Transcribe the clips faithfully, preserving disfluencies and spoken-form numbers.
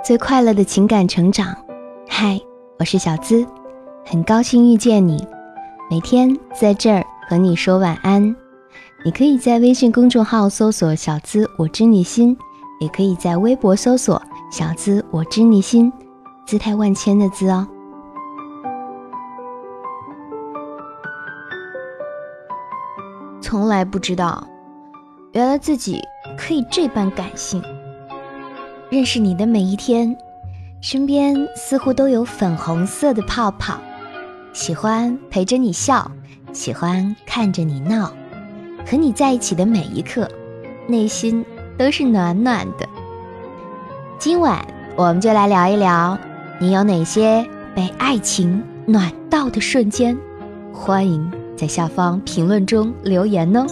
最快乐的情感成长。嗨，我是小资，很高兴遇见你，每天在这儿和你说晚安。你可以在微信公众号搜索小资我知你心，也可以在微博搜索小资我知你心，姿态万千的资哦。从来不知道，原来自己可以这般感性。认识你的每一天，身边似乎都有粉红色的泡泡，喜欢陪着你笑，喜欢看着你闹，和你在一起的每一刻，内心都是暖暖的。今晚我们就来聊一聊，你有哪些被爱情暖到的瞬间？欢迎在下方评论中留言哦。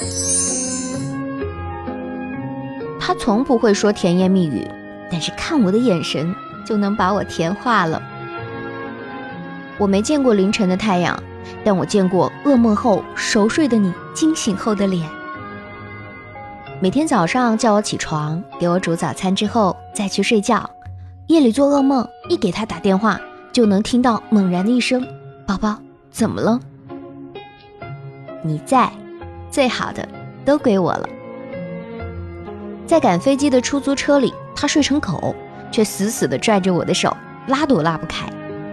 他从不会说甜言蜜语，但是看我的眼神就能把我甜化了。我没见过凌晨的太阳，但我见过噩梦后熟睡的你惊醒后的脸。每天早上叫我起床，给我煮早餐之后再去睡觉，夜里做噩梦，一给他打电话就能听到猛然的一声，宝宝怎么了？你在，最好的都归我了。在赶飞机的出租车里，他睡成狗，却死死地拽着我的手，拉都拉不开。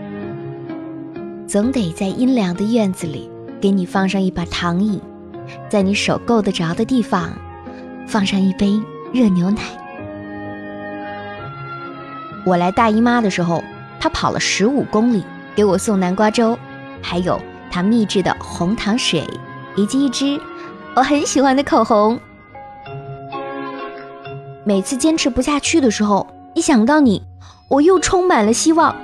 总得在阴凉的院子里给你放上一把躺椅，在你手够得着的地方放上一杯热牛奶。我来大姨妈的时候，他跑了十五公里给我送南瓜粥，还有他秘制的红糖水，以及一支我很喜欢的口红。每次坚持不下去的时候，一想到你，我又充满了希望。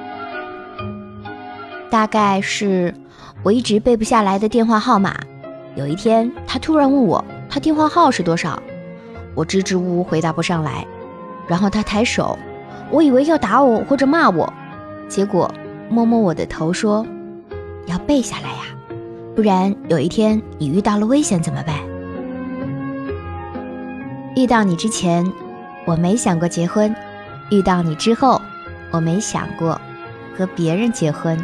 大概是我一直背不下来的电话号码，有一天他突然问我他电话号是多少，我支支吾吾回答不上来，然后他抬手，我以为要打我或者骂我，结果摸摸我的头说，要背下来呀，不然有一天你遇到了危险怎么办？遇到你之前我没想过结婚，遇到你之后我没想过和别人结婚。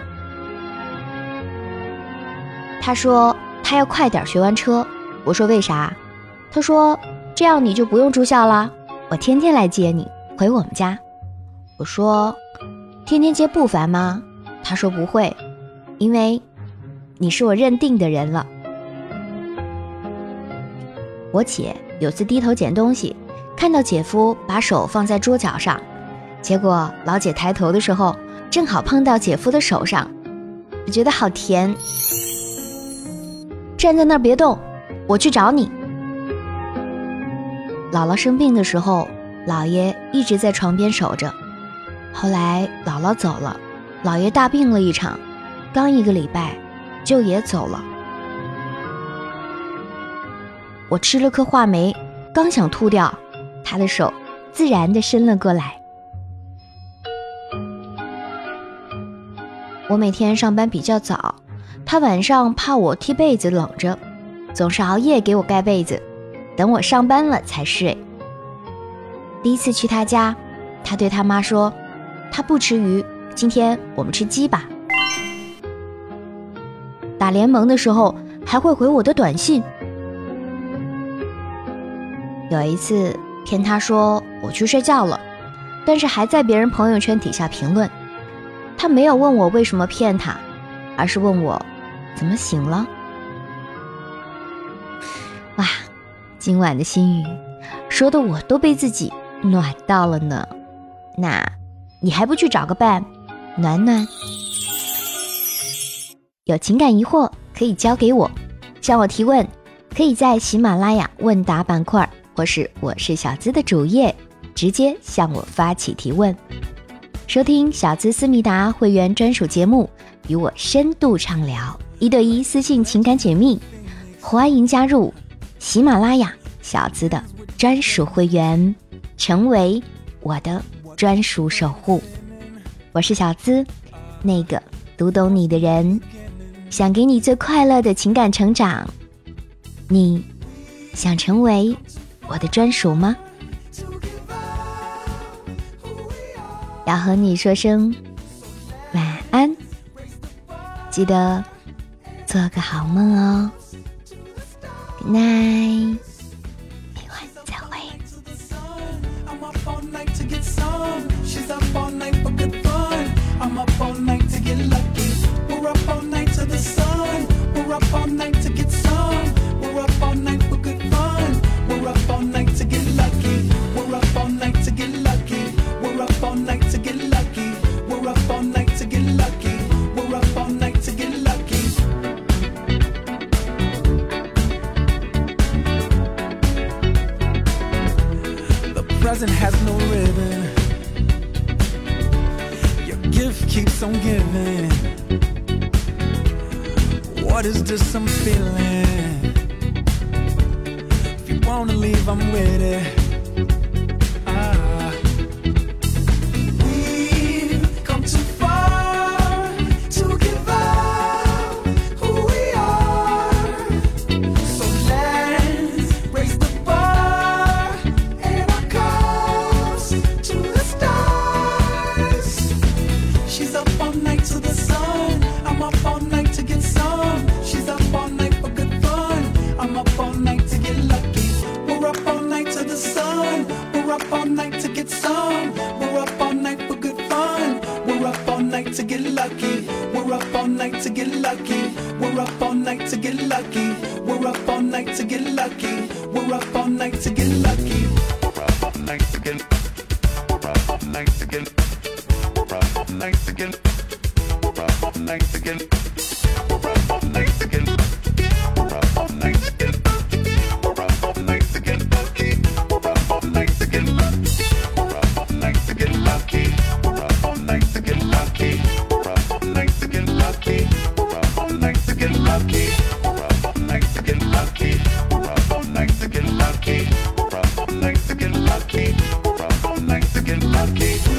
他说他要快点学完车，我说为啥？他说这样你就不用住校了，我天天来接你回我们家。我说天天接不烦吗？他说不会，因为你是我认定的人了。我姐有次低头捡东西，看到姐夫把手放在桌角上，结果老姐抬头的时候正好碰到姐夫的手上，我觉得好甜。站在那儿别动，我去找你。姥姥生病的时候，姥爷一直在床边守着，后来姥姥走了，姥爷大病了一场，刚一个礼拜就也走了。我吃了颗话梅，刚想吐掉，他的手自然地伸了过来。我每天上班比较早，他晚上怕我踢被子冷着，总是熬夜给我盖被子，等我上班了才睡。第一次去他家，他对他妈说，他不吃鱼，今天我们吃鸡吧。打联盟的时候还会回我的短信。有一次骗他说我去睡觉了，但是还在别人朋友圈底下评论。他没有问我为什么骗他，而是问我怎么醒了。哇，今晚的心语说的我都被自己暖到了呢。那你还不去找个伴暖暖？有情感疑惑可以交给我，向我提问可以在喜马拉雅问答板块，或是我是小资的主页直接向我发起提问。收听小资思密达会员专属节目，与我深度畅聊，一对一私信情感解密，欢迎加入喜马拉雅小资的专属会员，成为我的专属守护。我是小资，那个读懂你的人，想给你最快乐的情感成长，你想成为我的专属吗？ 要和你说声晚安，记得做个好梦哦。Good night， 明晚再会。I'm up all night to get lucky. We're up all night to the sun. We're up all night to get some. We're up all night for good fun. We're up all night to get lucky. We're up all night to get lucky. We're up all night to get lucky. We're up all night to get lucky. We're up all night to get lucky. The present has no ribbon. Gift keeps on giving. What is this I'm feeling? If you wanna leave, I'm with it. Ah. We've come too far to give up who we are. So let's raise the bar and our cups to the stars. She's up all night to the sun. I'm up all night to get some. She's up all night for good fun. I'm up all night to get lucky. We're up all night to the sun. We're up all night to get some. We're up all night for good fun. We're up all night to get lucky. We're up all night to get lucky. We're up all night to get lucky. We're up all night to get lucky. We're up all night to get lucky. We're up all night to get. We're up all night to get. We're up all night to get. We're up all night to get. We're up all night to get. We're up all night to get. We're up all night to get lucky. We're up all night to get lucky. We're up all night to get lucky. We're up all night to get lucky. We're up all night to get lucky. We're up all night to get lucky. We're up all night to get lucky. We're up all night to get lucky. We're up all night to get lucky. We're up all night to get lucky.